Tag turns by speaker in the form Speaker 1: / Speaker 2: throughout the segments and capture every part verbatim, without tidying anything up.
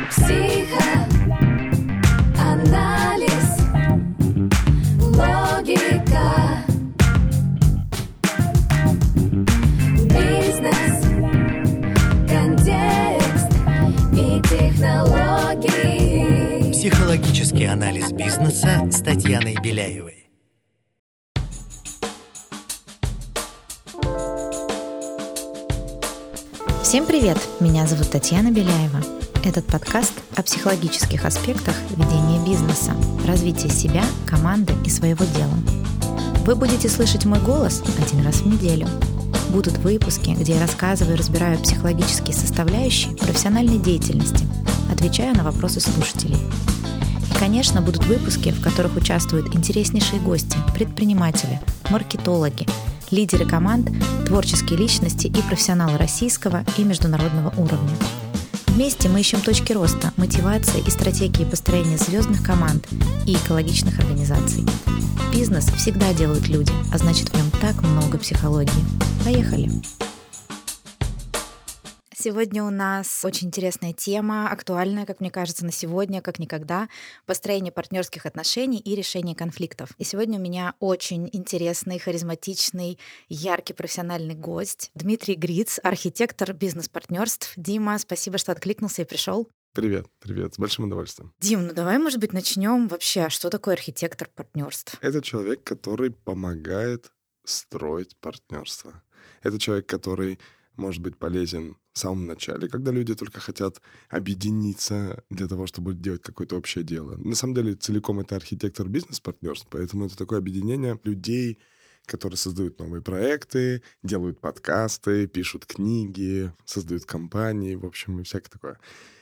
Speaker 1: Психоанализ, логика, бизнес, контекст и технологии.
Speaker 2: Психологический анализ бизнеса с Татьяной Беляевой.
Speaker 3: Всем привет! Меня зовут Татьяна Беляева. Этот подкаст о психологических аспектах ведения бизнеса, развития себя, команды и своего дела. Вы будете слышать мой голос один раз в неделю. Будут выпуски, где я рассказываю и разбираю психологические составляющие профессиональной деятельности, отвечаю на вопросы слушателей. И, конечно, будут выпуски, в которых участвуют интереснейшие гости, предприниматели, маркетологи, лидеры команд, творческие личности и профессионалы российского и международного уровня. Вместе мы ищем точки роста, мотивации и стратегии построения звездных команд и экологичных организаций. Бизнес всегда делают люди, а значит, в нем так много психологии. Поехали! Сегодня у нас очень интересная тема, актуальная, как мне кажется, на сегодня, как никогда, построение партнерских отношений и решение конфликтов. И сегодня у меня очень интересный, харизматичный, яркий профессиональный гость Дмитрий Гриц, архитектор бизнес-партнерств. Дима, спасибо, что откликнулся и пришел.
Speaker 4: Привет, привет, с большим удовольствием.
Speaker 3: Дим, ну давай, может быть, начнем вообще. Что такое архитектор партнерств?
Speaker 4: Это человек, который помогает строить партнерство. Это человек, который может быть полезен в самом начале, когда люди только хотят объединиться для того, чтобы делать какое-то общее дело. На самом деле, целиком это архитектор бизнес-партнерств, поэтому это такое объединение людей, которые создают новые проекты, делают подкасты, пишут книги, создают компании, в общем, и всякое такое.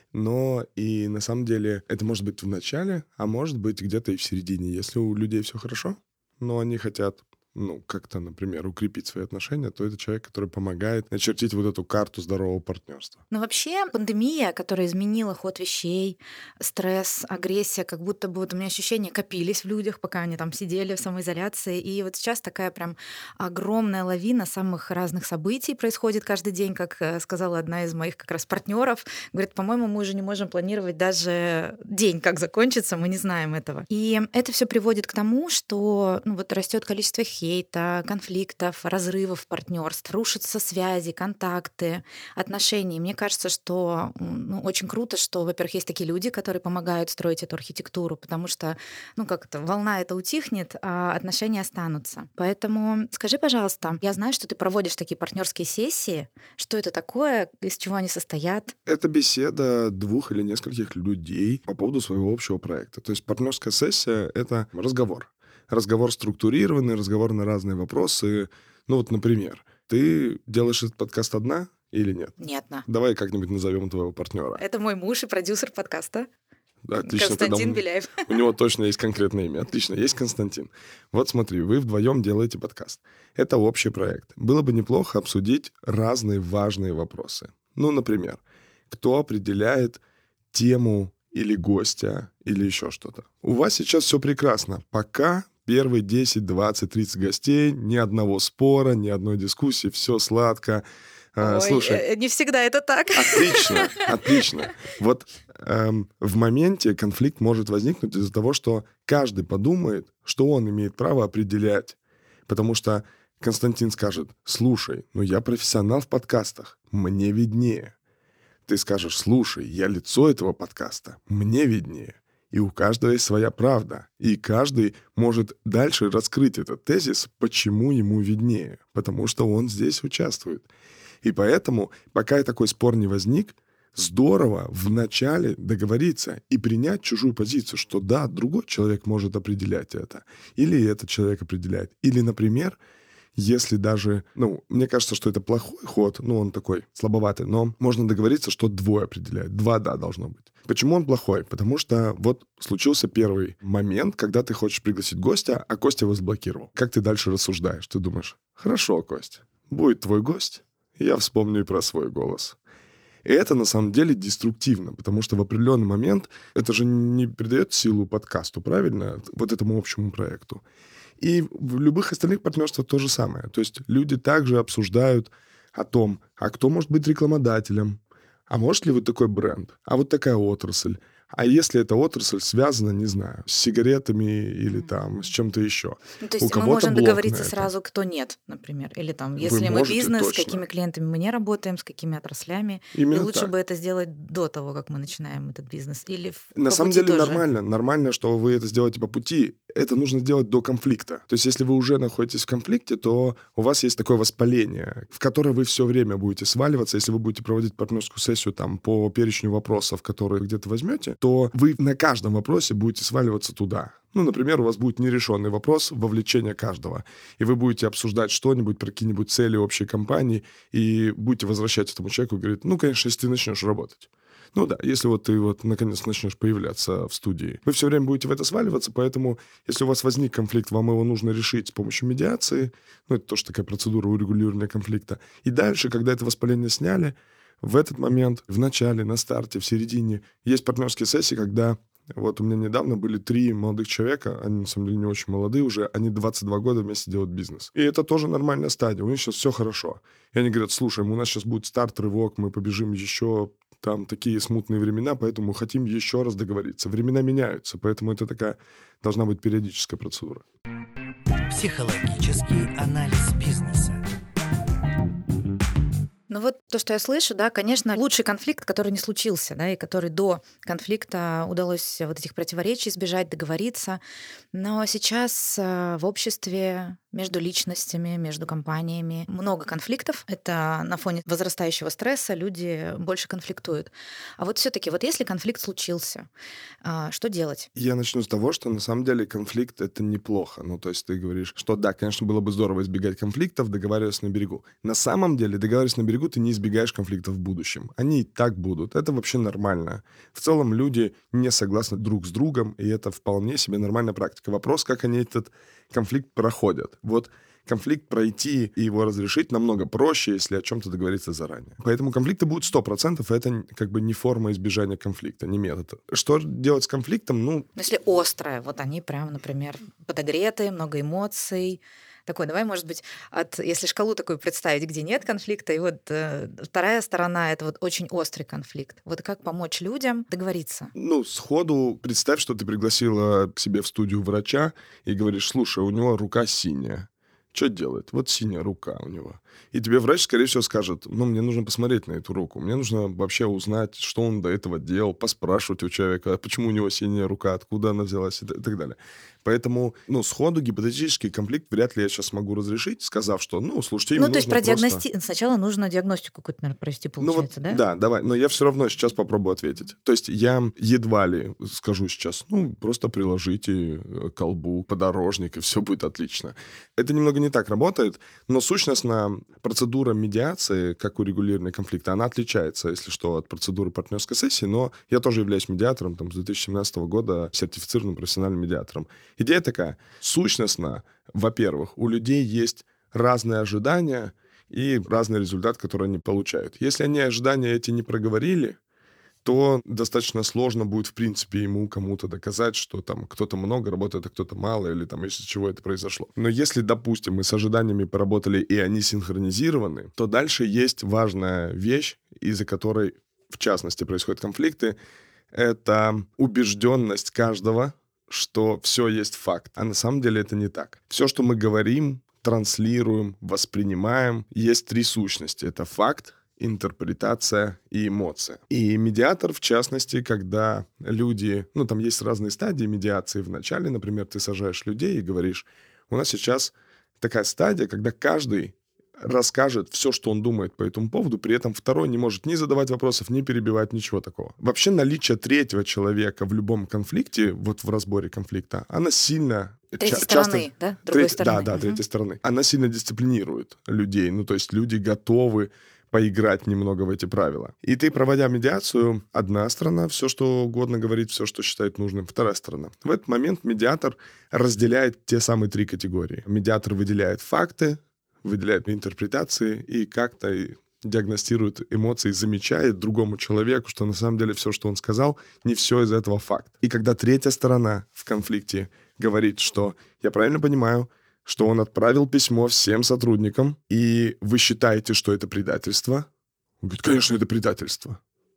Speaker 4: Но и на самом деле это может быть в начале, а может быть где-то и в середине. Если у людей все хорошо, но они хотят ну, как-то, например, укрепить свои отношения, то это человек, который помогает начертить вот эту карту здорового партнерства.
Speaker 3: Ну, вообще, пандемия, которая изменила ход вещей, стресс, агрессия, как будто бы вот у меня ощущения копились в людях, пока они там сидели в самоизоляции. И вот сейчас такая прям огромная лавина самых разных событий происходит каждый день, как сказала одна из моих как раз партнеров. Говорит, по-моему, мы уже не можем планировать даже день, как закончится, мы не знаем этого. И это все приводит к тому, что ну, вот растет количество хейта, конфликтов, разрывов партнерств, рушатся связи, контакты, отношения. Мне кажется, что ну, очень круто, что, во-первых, есть такие люди, которые помогают строить эту архитектуру, потому что, ну, как-то волна эта утихнет, а отношения останутся. Поэтому скажи, пожалуйста, я знаю, что ты проводишь такие партнерские сессии. Что это такое, из чего они состоят?
Speaker 4: Это беседа двух или нескольких людей по поводу своего общего проекта. То есть партнерская сессия — это разговор. Разговор структурированный, разговор на разные вопросы. Ну вот, например, ты делаешь этот подкаст одна или нет?
Speaker 3: Нет, на.
Speaker 4: Давай как-нибудь назовем твоего партнера.
Speaker 3: Это мой муж и продюсер подкаста.
Speaker 4: Отлично,
Speaker 3: Константин
Speaker 4: он,
Speaker 3: Беляев.
Speaker 4: У него точно есть конкретное имя. Отлично, есть Константин. Вот смотри, вы вдвоем делаете подкаст. Это общий проект. Было бы неплохо обсудить разные важные вопросы. Ну, например, кто определяет тему или гостя, или еще что-то. У вас сейчас все прекрасно. Пока первые десять, двадцать, тридцать гостей, ни одного спора, ни одной дискуссии, все сладко.
Speaker 3: Ой,
Speaker 4: Слушай,
Speaker 3: не всегда это так.
Speaker 4: Отлично, отлично. Вот эм, в моменте конфликт может возникнуть из-за того, что каждый подумает, что он имеет право определять. Потому что Константин скажет, слушай, ну я профессионал в подкастах, мне виднее. Ты скажешь, слушай, я лицо этого подкаста, мне виднее. И у каждого есть своя правда. И каждый может дальше раскрыть этот тезис, почему ему виднее. Потому что он здесь участвует. И поэтому, пока такой спор не возник, здорово вначале договориться и принять чужую позицию, что да, другой человек может определять это. Или этот человек определяет. Или, например, если даже, ну, мне кажется, что это плохой ход, ну, он такой слабоватый, но можно договориться, что двое определяют. Два «да» должно быть. Почему он плохой? Потому что вот случился первый момент, когда ты хочешь пригласить гостя, а Костя его заблокировал. Как ты дальше рассуждаешь? Ты думаешь, хорошо, Кость, будет твой гость, я вспомню и про свой голос. И это на самом деле деструктивно, потому что в определенный момент это же не придает силу подкасту, правильно? Вот этому общему проекту. И в любых остальных партнерствах то же самое. То есть люди также обсуждают о том, а кто может быть рекламодателем, А может ли вот такой бренд? А вот такая отрасль? А если эта отрасль связана, не знаю, с сигаретами или там с чем-то еще?
Speaker 3: Ну, то есть
Speaker 4: У
Speaker 3: мы
Speaker 4: кого-то
Speaker 3: можем
Speaker 4: блок
Speaker 3: договориться
Speaker 4: на это.
Speaker 3: сразу, кто нет, например. Или там,
Speaker 4: Вы
Speaker 3: если мы
Speaker 4: можете
Speaker 3: бизнес, с
Speaker 4: точно.
Speaker 3: какими клиентами мы не работаем, с какими отраслями. И
Speaker 4: Именно
Speaker 3: лучше
Speaker 4: так.
Speaker 3: бы это сделать до того, как мы начинаем этот бизнес. Или в-
Speaker 4: На
Speaker 3: по
Speaker 4: самом
Speaker 3: пути
Speaker 4: деле
Speaker 3: тоже.
Speaker 4: нормально. Нормально, что вы это сделаете по пути. Это нужно делать до конфликта. То есть если вы уже находитесь в конфликте, то у вас есть такое воспаление, в которое вы все время будете сваливаться. Если вы будете проводить партнерскую сессию там, по перечню вопросов, которые где-то возьмете, то вы на каждом вопросе будете сваливаться туда. Ну, например, у вас будет нерешенный вопрос вовлечения каждого, и вы будете обсуждать что-нибудь про какие-нибудь цели общей компании, и будете возвращать этому человеку и говорить, ну, конечно, если ты начнешь работать. Ну да, если вот ты вот наконец начнешь появляться в студии. Вы все время будете в это сваливаться, поэтому если у вас возник конфликт, вам его нужно решить с помощью медиации, ну, это тоже такая процедура урегулирования конфликта. И дальше, когда это воспаление сняли, в этот момент, в начале, на старте, в середине, есть партнерские сессии, когда вот у меня недавно были три молодых человека, они на самом деле не очень молодые уже, они двадцать два года вместе делают бизнес. И это тоже нормальная стадия, у них сейчас все хорошо. И они говорят, слушай, у нас сейчас будет старт, рывок, мы побежим еще, там такие смутные времена, поэтому хотим еще раз договориться. Времена меняются, поэтому это такая должна быть периодическая процедура.
Speaker 2: Психологический анализ бизнеса.
Speaker 3: Ну вот то, что я слышу, да, конечно, лучший конфликт, который не случился, да, и который до конфликта удалось вот этих противоречий избежать, договориться. Но сейчас э, в обществе между личностями, между компаниями много конфликтов. Это на фоне возрастающего стресса люди больше конфликтуют. А вот все-таки, вот если конфликт случился, э, что делать?
Speaker 4: Я начну с того, что на самом деле конфликт — это неплохо. Ну, то есть ты говоришь, что да, конечно, было бы здорово избегать конфликтов, договариваясь на берегу. На самом деле, договариваясь на берегу, ты не избегаешь конфликтов в будущем. Они и так будут. Это вообще нормально. В целом люди не согласны друг с другом, и это вполне себе нормальная практика. Вопрос, как они этот конфликт проходят. Вот конфликт пройти и его разрешить намного проще, если о чем-то договориться заранее. Поэтому конфликты будут сто процентов, и это как бы не форма избежания конфликта, не метод. Что делать с конфликтом? Ну,
Speaker 3: Ну, если острое, вот они прям, например, подогретые, много эмоций. Такой, давай, может быть, от, если шкалу такую представить, где нет конфликта, и вот э, вторая сторона — это вот очень острый конфликт. Вот как помочь людям договориться?
Speaker 4: Ну, сходу представь, что ты пригласила к себе в студию врача и говоришь, слушай, у него рука синяя. Что делает? Вот синяя рука у него. И тебе врач, скорее всего, скажет, ну, мне нужно посмотреть на эту руку. Мне нужно вообще узнать, что он до этого делал, поспрашивать у человека, а почему у него синяя рука, откуда она взялась и так далее. Поэтому, ну, сходу гипотетический конфликт вряд ли я сейчас могу разрешить, сказав, что, ну, слушайте, им
Speaker 3: Ну, то есть
Speaker 4: нужно
Speaker 3: про
Speaker 4: просто...
Speaker 3: диагности... сначала нужно диагностику какую-то, наверное, провести,
Speaker 4: Ну вот,
Speaker 3: получается, да?
Speaker 4: да, давай. Но я все равно сейчас попробую ответить. То есть я едва ли скажу сейчас, ну, просто приложите к колбу подорожник, и все будет отлично. Это немного не так работает, но сущностно процедура медиации, как урегулирования конфликта, она отличается, если что, от процедуры партнерской сессии, но я тоже являюсь медиатором, там, с две тысячи семнадцатого года сертифицированным профессиональным медиатором. Идея такая. Сущностно, во-первых, у людей есть разные ожидания и разный результат, который они получают. Если они ожидания эти не проговорили, то достаточно сложно будет, в принципе, ему кому-то доказать, что там кто-то много работает, а кто-то мало, или там из-за чего это произошло. Но если, допустим, мы с ожиданиями поработали, и они синхронизированы, то дальше есть важная вещь, из-за которой, в частности, происходят конфликты, это убежденность каждого, что все есть факт. А на самом деле это не так. Все, что мы говорим, транслируем, воспринимаем, есть три сущности. Это факт, интерпретация и эмоция. И медиатор, в частности, когда люди... Ну, там есть разные стадии медиации. Вначале, например, ты сажаешь людей и говоришь, у нас сейчас такая стадия, когда каждый расскажет все, что он думает по этому поводу, при этом второй не может ни задавать вопросов, ни перебивать, ничего такого. Вообще наличие третьего человека в любом конфликте, вот в разборе конфликта, она сильно...
Speaker 3: Третьей
Speaker 4: ча-
Speaker 3: стороны,
Speaker 4: часто,
Speaker 3: да? Другой
Speaker 4: треть-
Speaker 3: стороны.
Speaker 4: Да, да,
Speaker 3: Мгм.
Speaker 4: третьей стороны. Она сильно дисциплинирует людей. Ну, то есть люди готовы поиграть немного в эти правила. И ты, проводя медиацию, одна сторона все, что угодно говорит, все, что считает нужным, вторая сторона. В этот момент медиатор разделяет те самые три категории. Медиатор выделяет факты, выделяет интерпретации и как-то диагностирует эмоции, замечает другому человеку, что на самом деле все, что он сказал, не все из этого факт. И когда третья сторона в конфликте говорит, что я правильно понимаю, что он отправил письмо всем сотрудникам, и вы считаете, что это предательство? Он говорит, конечно, это предательство.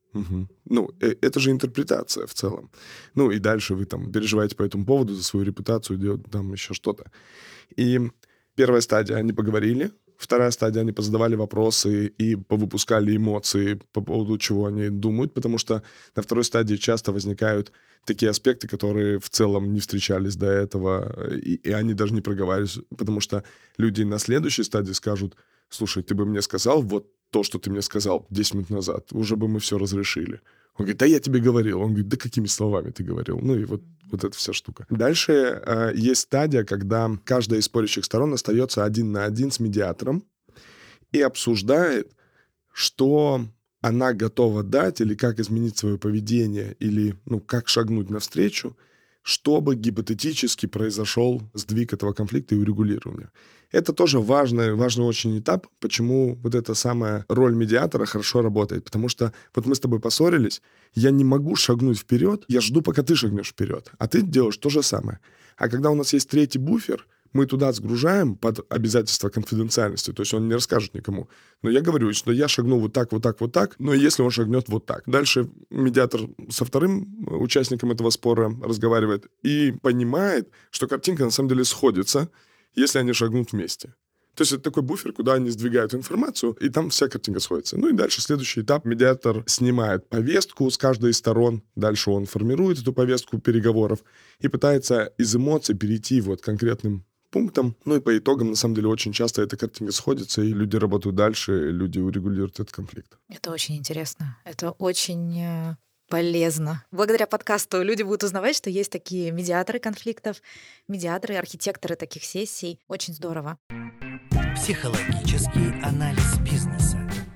Speaker 4: Мгм. Ну, э- это же интерпретация в целом. Ну, и дальше вы там переживаете по этому поводу за свою репутацию, делаете там еще что-то. И первая стадия, они поговорили. Вторая стадия, они позадавали вопросы и повыпускали эмоции по поводу чего они думают, потому что на второй стадии часто возникают такие аспекты, которые в целом не встречались до этого, и, и они даже не проговариваются, потому что люди на следующей стадии скажут: слушай, ты бы мне сказал вот то, что ты мне сказал десять минут назад, уже бы мы все разрешили. Он говорит: да я тебе говорил. Он говорит: да какими словами ты говорил? Ну и вот, вот эта вся штука. Дальше э, есть стадия, когда каждая из спорящих сторон остается один на один с медиатором и обсуждает, что она готова дать или как изменить свое поведение, или ну, как шагнуть навстречу, чтобы гипотетически произошел сдвиг этого конфликта и урегулирование. Это тоже важный, важный очень этап, почему вот эта самая роль медиатора хорошо работает. Потому что вот мы с тобой поссорились, я не могу шагнуть вперед, я жду, пока ты шагнешь вперед, а ты делаешь то же самое. А когда у нас есть третий буфер, мы туда сгружаем под обязательство конфиденциальности, то есть он не расскажет никому. Но я говорю, что я шагну вот так, вот так, вот так, но если он шагнет вот так. Дальше медиатор со вторым участником этого спора разговаривает и понимает, что картинка на самом деле сходится, если они шагнут вместе. То есть это такой буфер, куда они сдвигают информацию, и там вся картинка сходится. Ну и дальше следующий этап. Медиатор снимает повестку с каждой из сторон. Дальше он формирует эту повестку переговоров и пытается из эмоций перейти вот к конкретным пунктам. Ну и по итогам, на самом деле, очень часто эта картинка сходится, и люди работают дальше, люди урегулируют этот конфликт.
Speaker 3: Это очень интересно. Это очень э, полезно. Благодаря подкасту люди будут узнавать, что есть такие медиаторы конфликтов, медиаторы, архитекторы таких сессий. Очень здорово.
Speaker 2: Психологический анализ бизнеса.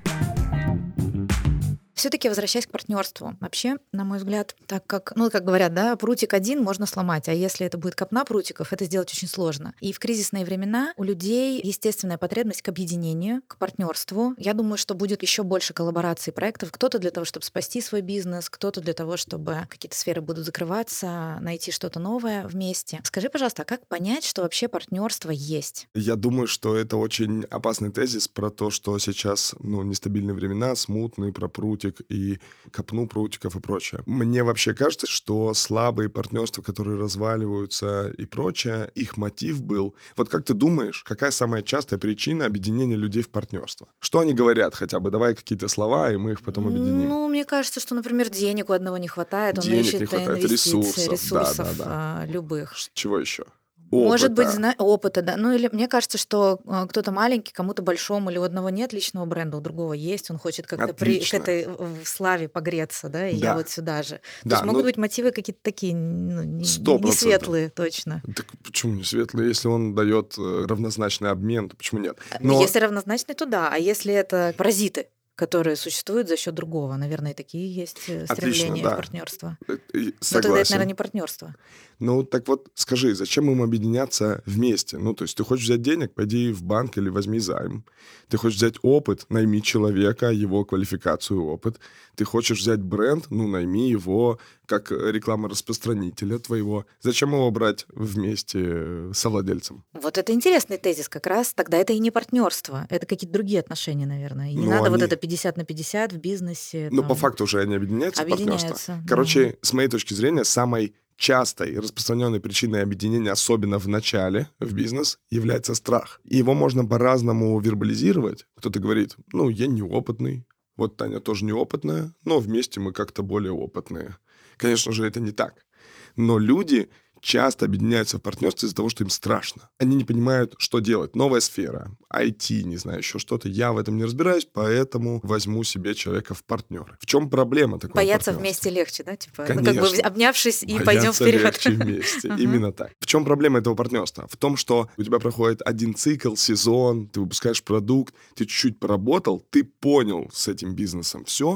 Speaker 3: Все-таки возвращаясь к партнерству, вообще, на мой взгляд, так как, ну, как говорят, да, прутик один можно сломать, а если это будет копна прутиков, это сделать очень сложно. И в кризисные времена у людей естественная потребность к объединению, к партнерству. Я думаю, что будет еще больше коллабораций проектов. Кто-то для того, чтобы спасти свой бизнес, кто-то для того, чтобы какие-то сферы будут закрываться, найти что-то новое вместе. Скажи, пожалуйста, а как понять, что вообще партнерство есть?
Speaker 4: Я думаю, что это очень опасный тезис про то, что сейчас, ну, нестабильные времена, смутные, про прутик и копну прутиков и прочее. Мне вообще кажется, что слабые партнерства, которые разваливаются и прочее, их мотив был... Вот как ты думаешь, какая самая частая причина объединения людей в партнерство? Что они говорят хотя бы? Давай какие-то слова, и мы их потом объединим.
Speaker 3: Ну, мне кажется, что, например, денег у одного не хватает, он
Speaker 4: Денег
Speaker 3: ищет
Speaker 4: не хватает,
Speaker 3: инвестиции,
Speaker 4: ресурсов,
Speaker 3: ресурсов
Speaker 4: да, да,
Speaker 3: а, любых.
Speaker 4: Чего еще?
Speaker 3: Может быть,
Speaker 4: Опыта.
Speaker 3: зна- опыта, да. Ну, или мне кажется, что э, кто-то маленький, кому-то большому, или у одного нет личного бренда, у другого есть, он хочет как-то при, к
Speaker 4: Отлично.
Speaker 3: этой э, славе погреться, да, и я
Speaker 4: Да.
Speaker 3: вот сюда же. То
Speaker 4: Да,
Speaker 3: есть могут
Speaker 4: ну,
Speaker 3: быть мотивы какие-то такие, ну, не,
Speaker 4: сто
Speaker 3: не
Speaker 4: процентов.
Speaker 3: светлые, точно.
Speaker 4: Так почему не светлый? Если он дает э, равнозначный обмен, то почему нет?
Speaker 3: Ну,
Speaker 4: Но
Speaker 3: если равнозначный, то да. А если это паразиты, которые существуют за счет другого, наверное, и такие есть э,
Speaker 4: Отлично,
Speaker 3: стремления
Speaker 4: да.
Speaker 3: в партнерство.
Speaker 4: э, э,
Speaker 3: Но тогда это,
Speaker 4: согласен.
Speaker 3: наверное, не партнерство.
Speaker 4: Ну, так вот, скажи, зачем им объединяться вместе? Ну, то есть ты хочешь взять денег, пойди в банк или возьми займ. Ты хочешь взять опыт, найми человека, его квалификацию, опыт. Ты хочешь взять бренд, ну, найми его как рекламораспространителя твоего. Зачем его брать вместе с совладельцем?
Speaker 3: Вот это интересный тезис как раз. Тогда это и не партнерство, это какие-то другие отношения, наверное. И не
Speaker 4: Ну,
Speaker 3: надо вот
Speaker 4: они-
Speaker 3: это пятьдесят на пятьдесят в бизнесе.
Speaker 4: Ну,
Speaker 3: там.
Speaker 4: по факту уже они объединяются в партнерство.
Speaker 3: Объединяются, да.
Speaker 4: Короче, с моей точки зрения, самой частой и распространенной причиной объединения, особенно в начале в бизнес, является страх. И его можно по-разному вербализировать. Кто-то говорит: ну, я неопытный, вот Таня тоже неопытная, но вместе мы как-то более опытные. Конечно же, это не так. Но люди часто объединяются в партнерстве из-за того, что им страшно. Они не понимают, что делать. Новая сфера, ай ти, не знаю, еще что-то. Я в этом не разбираюсь, поэтому возьму себе человека в партнеры. В чем проблема такого
Speaker 3: Бояться
Speaker 4: партнерства?
Speaker 3: вместе легче, да? Типа, ну, как бы
Speaker 4: Конечно.
Speaker 3: обнявшись и пойдем
Speaker 4: Бояться
Speaker 3: вперед.
Speaker 4: легче вместе.
Speaker 3: Ага.
Speaker 4: Именно так. В чем проблема этого партнерства? В том, что у тебя проходит один цикл, сезон, ты выпускаешь продукт, ты чуть-чуть поработал, ты понял с этим бизнесом все,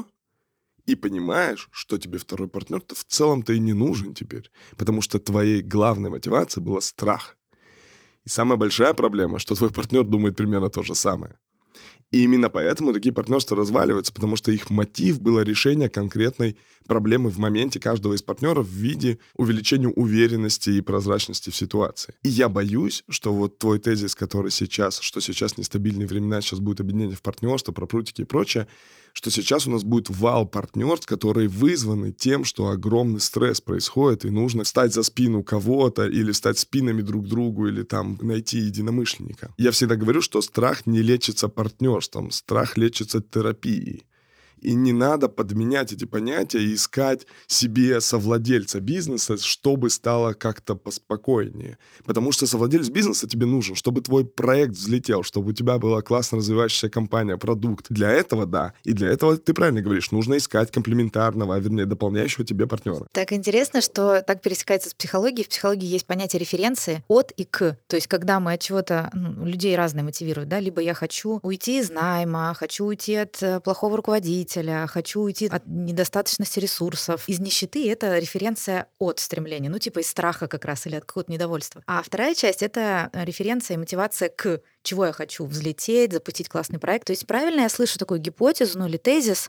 Speaker 4: и понимаешь, что тебе второй партнер-то в целом-то и не нужен теперь, потому что твоей главной мотивацией была страх. И самая большая проблема, что твой партнер думает примерно то же самое. И именно поэтому такие партнерства разваливаются, потому что их мотив было решение конкретной проблемы в моменте каждого из партнеров в виде увеличения уверенности и прозрачности в ситуации. И я боюсь, что вот твой тезис, который сейчас, что сейчас нестабильные времена, сейчас будет объединение в партнерство, про прутики и прочее, что сейчас у нас будет вал партнерств, которые вызваны тем, что огромный стресс происходит, и нужно встать за спину кого-то или стать спинами друг другу, или там найти единомышленника. Я всегда говорю, что страх не лечится партнерством, страх лечится терапией. И не надо подменять эти понятия и искать себе совладельца бизнеса, чтобы стало как-то поспокойнее. Потому что совладелец бизнеса тебе нужен, чтобы твой проект взлетел, чтобы у тебя была классно развивающаяся компания, продукт. Для этого, да. И для этого, ты правильно говоришь, нужно искать комплементарного, а вернее, дополняющего тебе партнера.
Speaker 3: Так интересно, что так пересекается с психологией. В психологии есть понятие референции от и к. То есть, когда мы от чего-то... Ну, людей разные мотивируют, да? Либо я хочу уйти из найма, хочу уйти от плохого руководителя, хочу уйти от недостаточности ресурсов. Из нищеты — это референция от стремления, ну типа из страха как раз или от какого-то недовольства. А вторая часть — это референция и мотивация к чего я хочу взлететь, запустить классный проект. То есть правильно я слышу такую гипотезу, ну или тезис,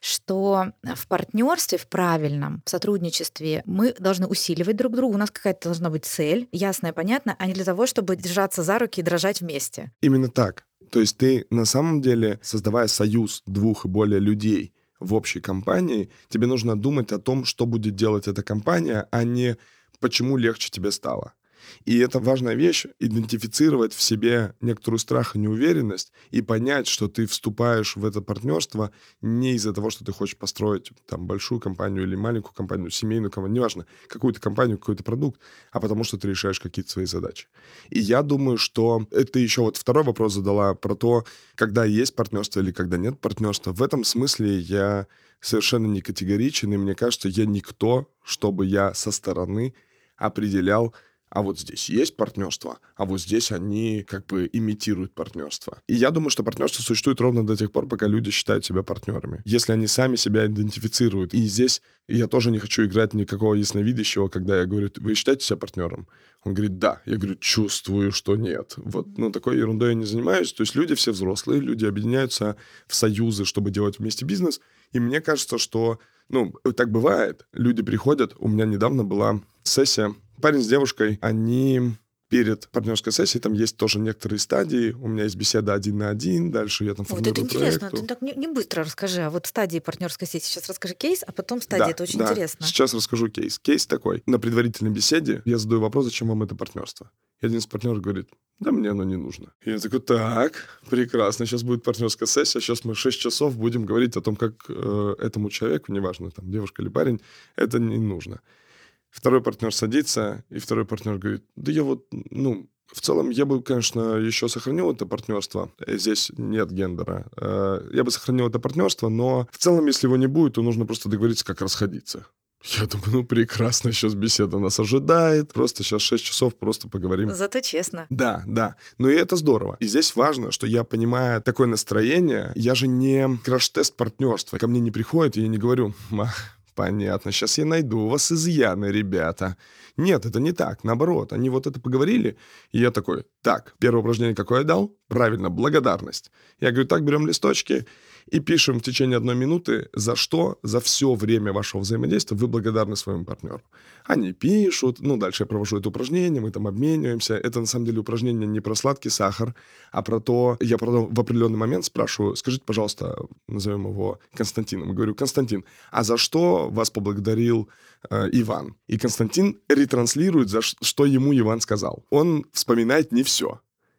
Speaker 3: что в партнерстве, в правильном, в сотрудничестве мы должны усиливать друг друга, у нас какая-то должна быть цель, ясная, понятная, а не для того, чтобы держаться за руки и дрожать вместе.
Speaker 4: Именно так. То есть ты на самом деле, создавая союз двух и более людей в общей компании, тебе нужно думать о том, что будет делать эта компания, а не почему легче тебе стало. И это важная вещь — идентифицировать в себе некоторую страх и неуверенность и понять, что ты вступаешь в это партнерство не из-за того, что ты хочешь построить там большую компанию или маленькую компанию, семейную компанию, неважно, какую-то компанию, какой-то продукт, а потому что ты решаешь какие-то свои задачи. И я думаю, что это еще вот второй вопрос задала про то, когда есть партнерство или когда нет партнерства. В этом смысле я совершенно не категоричен, и мне кажется, я никто, чтобы я со стороны определял, а вот здесь есть партнерство, а вот здесь они как бы имитируют партнерство. И я думаю, что партнерство существует ровно до тех пор, пока люди считают себя партнерами. Если они сами себя идентифицируют. И здесь я тоже не хочу играть никакого ясновидящего, когда я говорю: вы считаете себя партнером? Он говорит: да. Я говорю: чувствую, что нет. Вот, ну, такой ерундой я не занимаюсь. То есть люди все взрослые, люди объединяются в союзы, чтобы делать вместе бизнес. И мне кажется, что, ну, так бывает. Люди приходят. У меня недавно была сессия. Парень с девушкой, они перед партнерской сессией, там есть тоже некоторые стадии. У меня есть беседа один на один, дальше я там формирую
Speaker 3: Вот это интересно,
Speaker 4: проекту.
Speaker 3: ты так не, не быстро расскажи, а вот стадии партнерской сессии. Сейчас расскажи кейс, а потом стадии,
Speaker 4: Да,
Speaker 3: это очень
Speaker 4: да.
Speaker 3: интересно.
Speaker 4: Сейчас расскажу кейс. Кейс такой. На предварительной беседе я задаю вопрос: зачем вам это партнерство? И один из партнеров говорит: да мне оно не нужно. И я такой: так, прекрасно, сейчас будет партнерская сессия, сейчас мы шесть часов будем говорить о том, как э, этому человеку, неважно, там, девушка или парень, это не нужно. Второй партнер садится, и второй партнер говорит: да я вот, ну, в целом я бы, конечно, еще сохранил это партнерство. Здесь нет гендера. Я бы сохранил это партнерство, но в целом, если его не будет, то нужно просто договориться, как расходиться. Я думаю, ну прекрасно, сейчас беседа нас ожидает, просто сейчас шесть часов просто поговорим.
Speaker 3: Зато честно.
Speaker 4: Да, да. Ну и это здорово. И здесь важно, что я понимаю такое настроение. Я же не краш-тест партнерства. Ко мне не приходит, и я не говорю: понятно, сейчас я найду у вас изъяны, ребята. Нет, это не так. Наоборот, они вот это поговорили, и я такой: так, первое упражнение какое я дал? Правильно, благодарность. Я говорю: так, берем листочки и пишем в течение одной минуты, за что за все время вашего взаимодействия вы благодарны своему партнеру. Они пишут, ну, дальше я провожу это упражнение, мы там обмениваемся. Это, на самом деле, упражнение не про сладкий сахар, а про то, я потом в определенный момент спрашиваю: скажите, пожалуйста, назовем его Константином. И говорю: Константин, а за что вас поблагодарил э, Иван? И Константин ретранслирует, за что ему Иван сказал. Он вспоминает не все.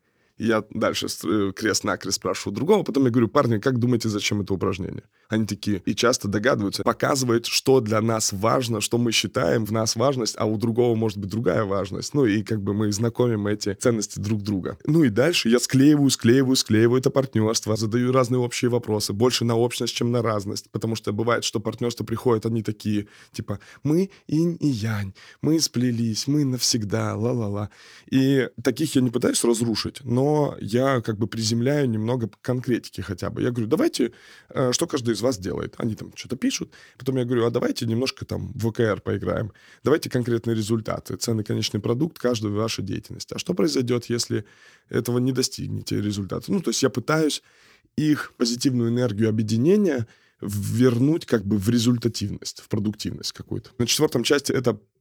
Speaker 4: Я дальше крест-накрест спрашиваю другого, потом я говорю: парни, как думаете, зачем это упражнение? Они такие, и часто догадываются, показывают, что для нас важно, что мы считаем в нас важность, а у другого может быть другая важность. Ну и как бы мы знакомим эти ценности друг друга. Ну и дальше я склеиваю, склеиваю, склеиваю это партнерство, задаю разные общие вопросы, больше на общность, чем на разность, потому что бывает, что партнерство приходит, они такие, типа: мы инь и янь, мы сплелись, мы навсегда, ла-ла-ла. И таких я не пытаюсь разрушить, но я как бы приземляю немного конкретики хотя бы. Я говорю: давайте, что каждый из вас делает. Они там что-то пишут. Потом я говорю: а давайте немножко там в ОКР поиграем. Давайте конкретные результаты, ценный конечный продукт каждой вашей деятельности. А что произойдет, если этого не достигнете результата? Ну, то есть я пытаюсь их позитивную энергию объединения вернуть как бы в результативность, в продуктивность какую-то. На четвертом части это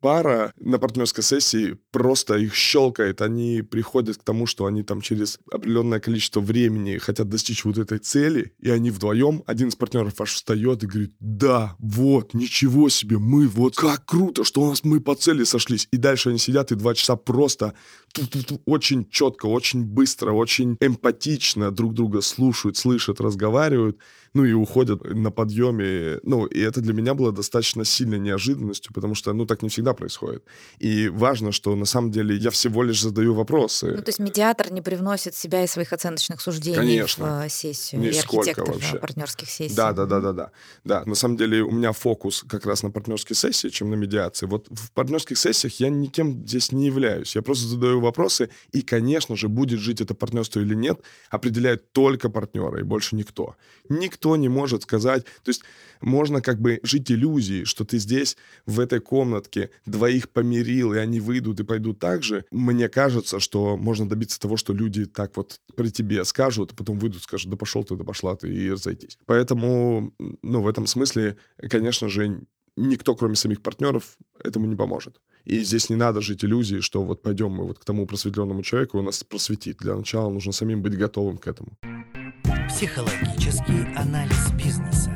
Speaker 4: пара на партнерской сессии просто их щелкает. Они приходят к тому, что они там через определенное количество времени хотят достичь вот этой цели, и они вдвоем, один из партнеров аж встает и говорит: да, вот, ничего себе, мы вот, как круто, что у нас мы по цели сошлись. И дальше они сидят и два часа просто очень четко, очень быстро, очень эмпатично друг друга слушают, слышат, разговаривают, ну и уходят на подъеме. Ну, и это для меня было достаточно сильной неожиданностью, потому что, ну, так не всегда происходит. И важно, что на самом деле я всего лишь задаю вопросы.
Speaker 3: Ну, то есть медиатор не привносит себя и своих оценочных суждений
Speaker 4: Конечно.
Speaker 3: в сессию.
Speaker 4: Нисколько
Speaker 3: и архитектор
Speaker 4: вообще.
Speaker 3: партнерских сессий.
Speaker 4: Да, да, да, да, да. Да, на самом деле у меня фокус как раз на партнерской сессии, чем на медиации. Вот в партнерских сессиях я никем здесь не являюсь. Я просто задаю вопросы, и, конечно же, будет жить это партнерство или нет, определяют только партнеры, и больше никто. Никто не может сказать... То есть можно как бы жить иллюзией, что ты здесь, в этой комнатке, двоих помирил, и они выйдут и пойдут так же. Мне кажется, что можно добиться того, что люди так вот при тебе скажут, а потом выйдут, скажут: да пошел ты, да пошла ты, и разойтись. Поэтому, ну, в этом смысле, конечно же, никто, кроме самих партнеров, этому не поможет. И здесь не надо жить иллюзией, что вот пойдем мы вот к тому просветленному человеку, он нас просветит. Для начала нужно самим быть готовым к этому.
Speaker 2: Психологический анализ бизнеса.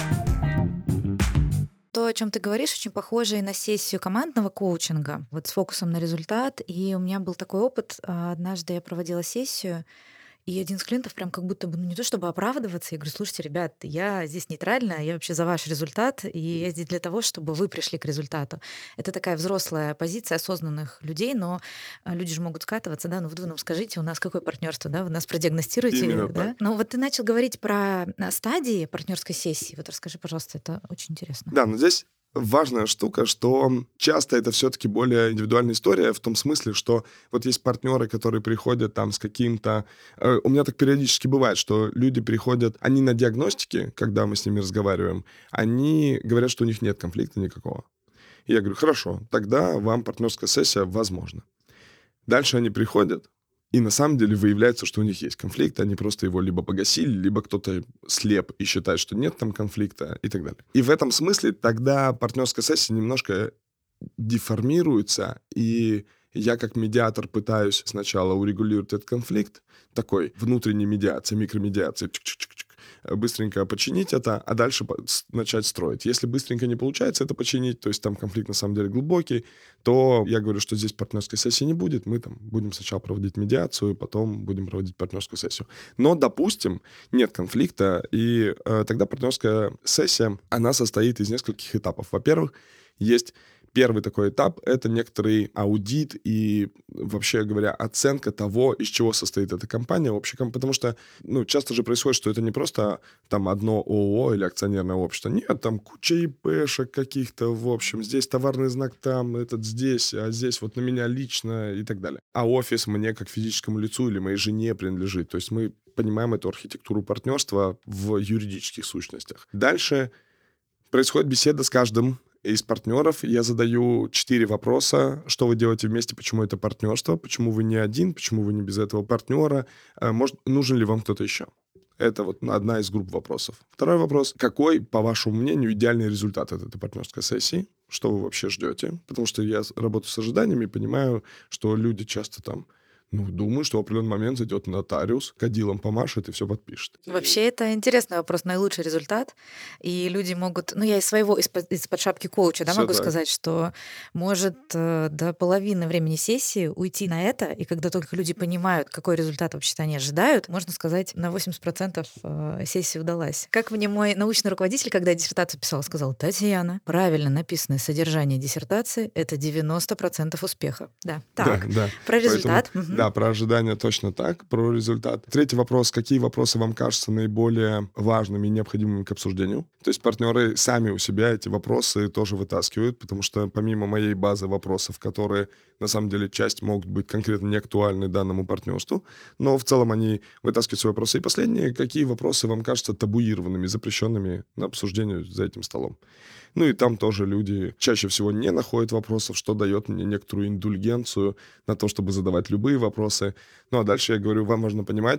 Speaker 3: То, о чем ты говоришь, очень похоже и на сессию командного коучинга, вот с фокусом на результат. И у меня был такой опыт. Однажды я проводила сессию, и один из клиентов прям как будто бы, ну, не то чтобы оправдываться, я говорю: слушайте, ребят, я здесь нейтральна, я вообще за ваш результат, и я здесь для того, чтобы вы пришли к результату. Это такая взрослая позиция осознанных людей, но люди же могут скатываться, да, ну вот вы нам скажите, у нас какое партнерство, да, вы нас продиагностируете,
Speaker 4: Именно
Speaker 3: да?
Speaker 4: так.
Speaker 3: Но вот ты начал говорить про стадии партнерской сессии, вот расскажи, пожалуйста, это очень интересно.
Speaker 4: Да, но здесь важная штука, что часто это все-таки более индивидуальная история в том смысле, что вот есть партнеры, которые приходят там с каким-то... Э, у меня так периодически бывает, что люди приходят, они на диагностике, когда мы с ними разговариваем, они говорят, что у них нет конфликта никакого. И я говорю: хорошо, тогда вам партнерская сессия возможна. Дальше они приходят, и на самом деле выявляется, что у них есть конфликт, они просто его либо погасили, либо кто-то слеп и считает, что нет там конфликта, и так далее. И в этом смысле тогда партнерская сессия немножко деформируется, и я как медиатор пытаюсь сначала урегулировать этот конфликт, такой внутренней медиации, микромедиации, чик-чик-чик-чик, быстренько починить это, а дальше начать строить. Если быстренько не получается это починить, то есть там конфликт на самом деле глубокий, то я говорю, что здесь партнерской сессии не будет, мы там будем сначала проводить медиацию, потом будем проводить партнерскую сессию. Но, допустим, нет конфликта, и э, тогда партнерская сессия, она состоит из нескольких этапов. Во-первых, есть первый такой этап — это некоторый аудит и, вообще говоря, оценка того, из чего состоит эта компания, общая компания. Потому что, ну, часто же происходит, что это не просто там одно ООО или акционерное общество. Нет, там куча ИПшек каких-то, в общем. Здесь товарный знак там, этот здесь, а здесь вот на меня лично и так далее. А офис мне как физическому лицу или моей жене принадлежит. То есть мы понимаем эту архитектуру партнерства в юридических сущностях. Дальше происходит беседа с каждым из партнеров. Я задаю четыре вопроса. Что вы делаете вместе? Почему это партнерство? Почему вы не один? Почему вы не без этого партнера? Может, нужен ли вам кто-то еще? Это вот одна из групп вопросов. Второй вопрос. Какой, по вашему мнению, идеальный результат от этой партнерской сессии? Что вы вообще ждете? Потому что я работаю с ожиданиями и понимаю, что люди часто там... Ну, думаю, что в определенный момент зайдет нотариус, кадилом помашет и все подпишет.
Speaker 3: Вообще, это интересный вопрос, наилучший результат. И люди могут... Ну, я из своего, из-под, из-под шапки коуча, да,
Speaker 4: Всё
Speaker 3: могу
Speaker 4: так.
Speaker 3: сказать, что может э, до половины времени сессии уйти на это, и когда только люди понимают, какой результат вообще-то они ожидают, можно сказать, на восемьдесят процентов э, сессия удалась. Как мне мой научный руководитель, когда я диссертацию писала, сказал: Татьяна, правильно написанное содержание диссертации — это девяносто процентов успеха. Да, так.
Speaker 4: Да, да.
Speaker 3: Про результат.
Speaker 4: Поэтому,
Speaker 3: Мгм.
Speaker 4: Да, про ожидания точно так, про результат. Третий вопрос. Какие вопросы вам кажутся наиболее важными и необходимыми к обсуждению? То есть партнеры сами у себя эти вопросы тоже вытаскивают, потому что помимо моей базы вопросов, которые на самом деле часть могут быть конкретно не актуальны данному партнерству, но в целом они вытаскивают свои вопросы. И последнее. Какие вопросы вам кажутся табуированными, запрещенными на обсуждение за этим столом? Ну и там тоже люди чаще всего не находят вопросов, что дает мне некоторую индульгенцию на то, чтобы задавать любые вопросы. Ну а дальше я говорю, вам важно понимать,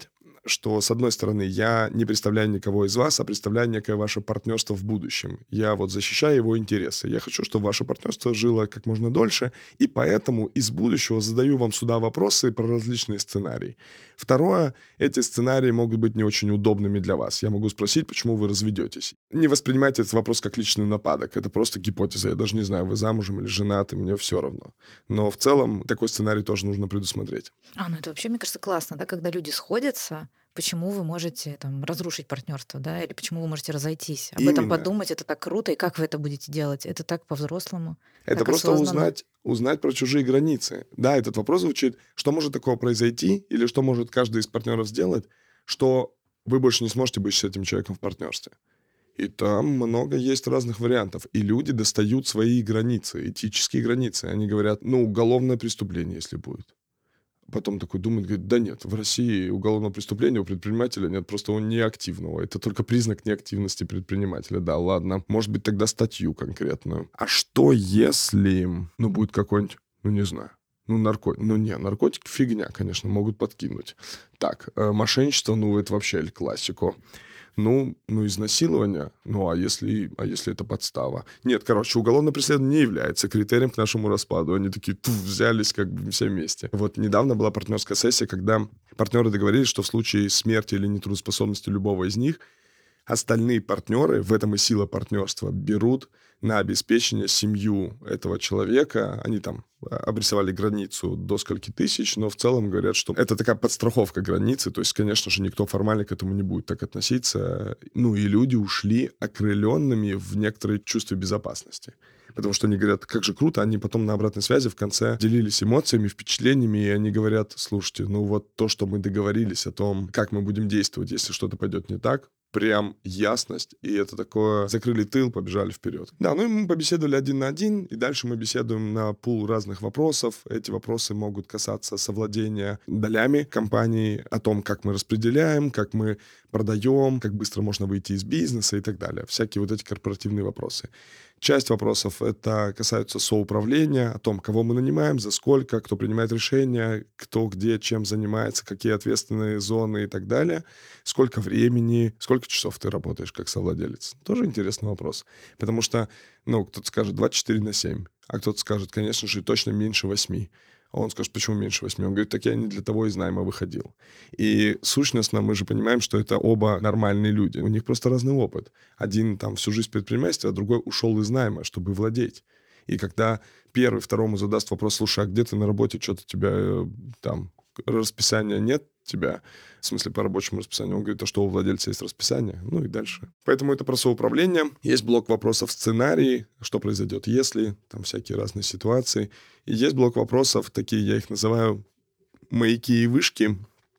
Speaker 4: что, с одной стороны, я не представляю никого из вас, а представляю некое ваше партнерство в будущем. Я вот защищаю его интересы. Я хочу, чтобы ваше партнерство жило как можно дольше, и поэтому из будущего задаю вам сюда вопросы про различные сценарии. Второе, эти сценарии могут быть не очень удобными для вас. Я могу спросить, почему вы разведетесь. Не воспринимайте этот вопрос как личный нападок. Это просто гипотеза. Я даже не знаю, вы замужем или женаты, мне все равно. Но в целом такой сценарий тоже нужно предусмотреть.
Speaker 3: А, ну это вообще, мне кажется, классно, да, когда люди сходятся, почему вы можете там разрушить партнерство, да, или почему вы можете разойтись. Об этом
Speaker 4: Именно.
Speaker 3: подумать, это так круто, и как вы это будете делать? Это так по-взрослому.
Speaker 4: Это
Speaker 3: так
Speaker 4: просто
Speaker 3: осознанно.
Speaker 4: узнать, узнать про чужие границы. Да, этот вопрос звучит, что может такого произойти, или что может каждый из партнеров сделать, что вы больше не сможете быть с этим человеком в партнерстве. И там много есть разных вариантов. И люди достают свои границы, этические границы. Они говорят, ну, уголовное преступление, если будет. Потом такой думает, говорит, да нет, в России уголовного преступления у предпринимателя нет, просто он неактивного. Это только признак неактивности предпринимателя. Да, ладно, может быть, тогда статью конкретную. А что если, ну, будет какой-нибудь, ну, не знаю, ну, наркотик, ну, не, наркотики фигня, конечно, могут подкинуть. Так, э, мошенничество, ну, это вообще эль классико. Ну, ну, изнасилование, ну, а если, а если это подстава? Нет, короче, уголовное преследование не является критерием к нашему распаду. Они такие, туф, взялись как бы все вместе. Вот недавно была партнерская сессия, когда партнеры договорились, что в случае смерти или нетрудоспособности любого из них остальные партнеры, в этом и сила партнерства, берут на обеспечение семью этого человека. Они там обрисовали границу до скольки тысяч, но в целом говорят, что это такая подстраховка границы. То есть, конечно же, никто формально к этому не будет так относиться. Ну и люди ушли окрыленными в некоторые чувства безопасности. Потому что они говорят, как же круто, они потом на обратной связи в конце делились эмоциями, впечатлениями, и они говорят, слушайте, ну вот то, что мы договорились о том, как мы будем действовать, если что-то пойдет не так, прям ясность, и это такое, закрыли тыл, побежали вперед. Да, ну и мы побеседовали один на один, и дальше мы беседуем на пул разных вопросов. Эти вопросы могут касаться совладения долями компании, о том, как мы распределяем, как мы продаем, как быстро можно выйти из бизнеса и так далее. Всякие вот эти корпоративные вопросы. Часть вопросов это касаются соуправления, о том, кого мы нанимаем, за сколько, кто принимает решения, кто где, чем занимается, какие ответственные зоны и так далее, сколько времени, сколько часов ты работаешь как совладелец. Тоже интересный вопрос. Потому что, ну, кто-то скажет двадцать четыре на семь, а кто-то скажет, конечно же, точно меньше восьми. А он скажет, почему меньше восьми? Он говорит, так я не для того из найма выходил. И сущностно мы же понимаем, что это оба нормальные люди. У них просто разный опыт. Один там всю жизнь в предпринимательстве, а другой ушел из найма, чтобы владеть. И когда первый второму задаст вопрос, слушай, а где ты на работе, что-то у тебя э, там расписания нет тебя, в смысле по рабочему расписанию, он говорит, а что у владельца есть расписание? Ну и дальше. Поэтому это про соуправление. Есть блок вопросов сценарий, что произойдет, если, там всякие разные ситуации. И есть блок вопросов, такие я их называю маяки и вышки.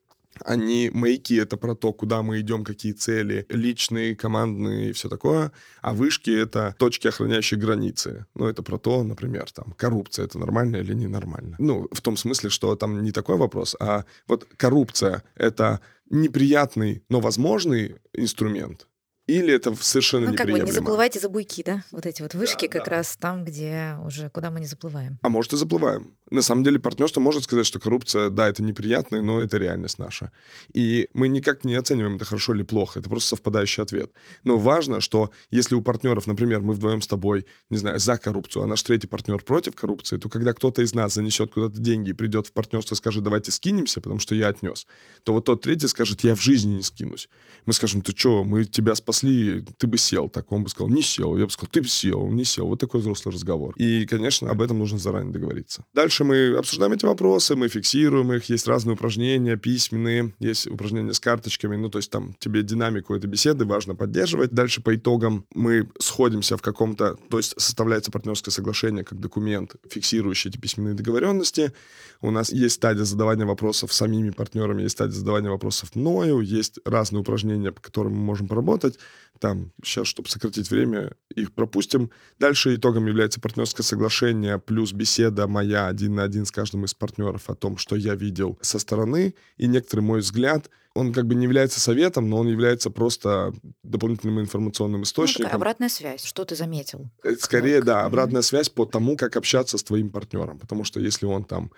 Speaker 4: Они, маяки — это про то, куда мы идем, какие цели, личные, командные и все такое. А вышки — это точки, охраняющие границы. Ну, это про то, например, там, коррупция — это нормально или ненормально. Ну, в том смысле, что там не такой вопрос, а вот коррупция — это неприятный, но возможный инструмент, или это совершенно
Speaker 3: Ну, как бы
Speaker 4: неприемлемо.
Speaker 3: не заплывайте за буйки, да? Вот эти вот вышки
Speaker 4: Да,
Speaker 3: как
Speaker 4: да.
Speaker 3: раз там, где уже куда мы не заплываем.
Speaker 4: А может, и заплываем. На самом деле партнерство может сказать, что коррупция, да, это неприятно, но это реальность наша. И мы никак не оцениваем, это хорошо или плохо. Это просто совпадающий ответ. Но важно, что если у партнеров, например, мы вдвоем с тобой, не знаю, за коррупцию, а наш третий партнер против коррупции, то когда кто-то из нас занесет куда-то деньги и придет в партнерство и скажет, давайте скинемся, потому что я отнес, то вот тот третий скажет, я в жизни не скинусь. Мы скажем, ты что, мы тебя спасли, ты бы сел. Так он бы сказал, не сел. Я бы сказал, ты бы сел, он не сел. Вот такой взрослый разговор. И, конечно, об этом нужно заранее договориться. Дальше мы обсуждаем эти вопросы, мы фиксируем их. Есть разные упражнения, письменные, есть упражнения с карточками. Ну, то есть там тебе динамику этой беседы важно поддерживать. Дальше по итогам мы сходимся в каком-то... То есть составляется партнерское соглашение как документ, фиксирующий эти письменные договоренности. У нас есть стадия задавания вопросов самими партнерами, есть стадия задавания вопросов мною, есть разные упражнения, по которым мы можем поработать. Там сейчас, чтобы сократить время, их пропустим. Дальше итогом является партнерское соглашение плюс беседа моя один на один с каждым из партнеров о том, что я видел со стороны. И некоторый мой взгляд, он как бы не является советом, но он является просто дополнительным информационным
Speaker 3: Ну, такая
Speaker 4: источником.
Speaker 3: обратная связь. Что ты заметил?
Speaker 4: Это скорее,
Speaker 3: Как?
Speaker 4: да,
Speaker 3: Мгм.
Speaker 4: обратная связь по тому, как общаться с твоим партнером. Потому что если он там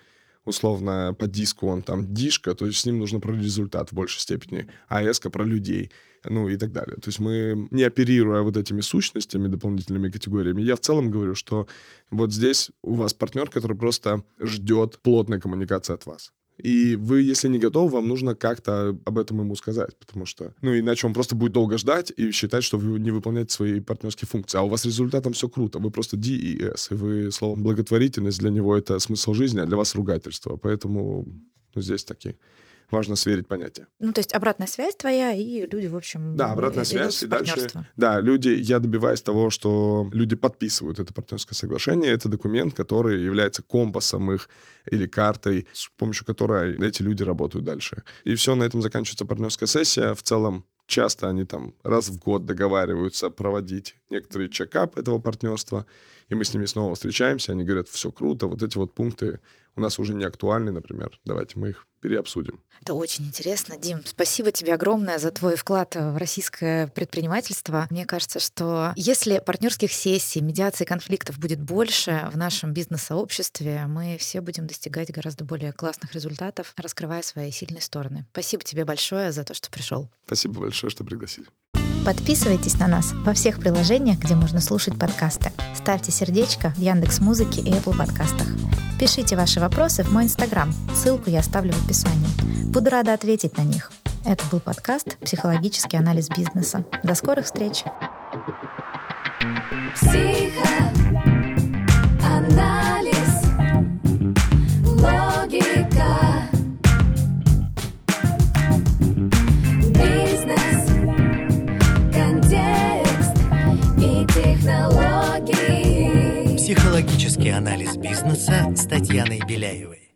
Speaker 4: условно, по диску он там дишка, то есть с ним нужно про результат в большей степени, а эска про людей, ну и так далее. То есть мы, не оперируя вот этими сущностями, дополнительными категориями, я в целом говорю, что вот здесь у вас партнер, который просто ждет плотной коммуникации от вас. И вы, если не готовы, вам нужно как-то об этом ему сказать, потому что, ну, иначе он просто будет долго ждать и считать, что вы не выполняете свои партнерские функции. А у вас результатом все круто, вы просто D и S, и вы, словом, благотворительность для него — это смысл жизни, а для вас ругательство. Поэтому, ну, здесь такие важно сверить понятия.
Speaker 3: Ну, то есть обратная связь твоя, и люди, в общем...
Speaker 4: Да, обратная связь, и дальше... Да, люди, я добиваюсь того, что люди подписывают это партнерское соглашение. Это документ, который является компасом их или картой, с помощью которой эти люди работают дальше. И все, на этом заканчивается партнерская сессия. В целом, часто они там раз в год договариваются проводить некоторый чекап этого партнерства, и мы с ними снова встречаемся, они говорят, все круто, вот эти вот пункты у нас уже не актуальны, например, давайте мы их переобсудим.
Speaker 3: Это очень интересно, Дим. Спасибо тебе огромное за твой вклад в российское предпринимательство. Мне кажется, что если партнерских сессий, медиаций, конфликтов будет больше в нашем бизнес-сообществе, мы все будем достигать гораздо более классных результатов, раскрывая свои сильные стороны. Спасибо тебе большое за то, что пришел.
Speaker 4: Спасибо большое, что пригласили.
Speaker 3: Подписывайтесь на нас во всех приложениях, где можно слушать подкасты. Ставьте сердечко в Яндекс.Музыке и Apple подкастах. Пишите ваши вопросы в мой Инстаграм. Ссылку я оставлю в описании. Буду рада ответить на них. Это был подкаст «Психологический анализ бизнеса». До скорых встреч!
Speaker 1: Психоанализ, логика, бизнес, контекст и технологии.
Speaker 2: Психологический анализ бизнеса с Татьяной Беляевой.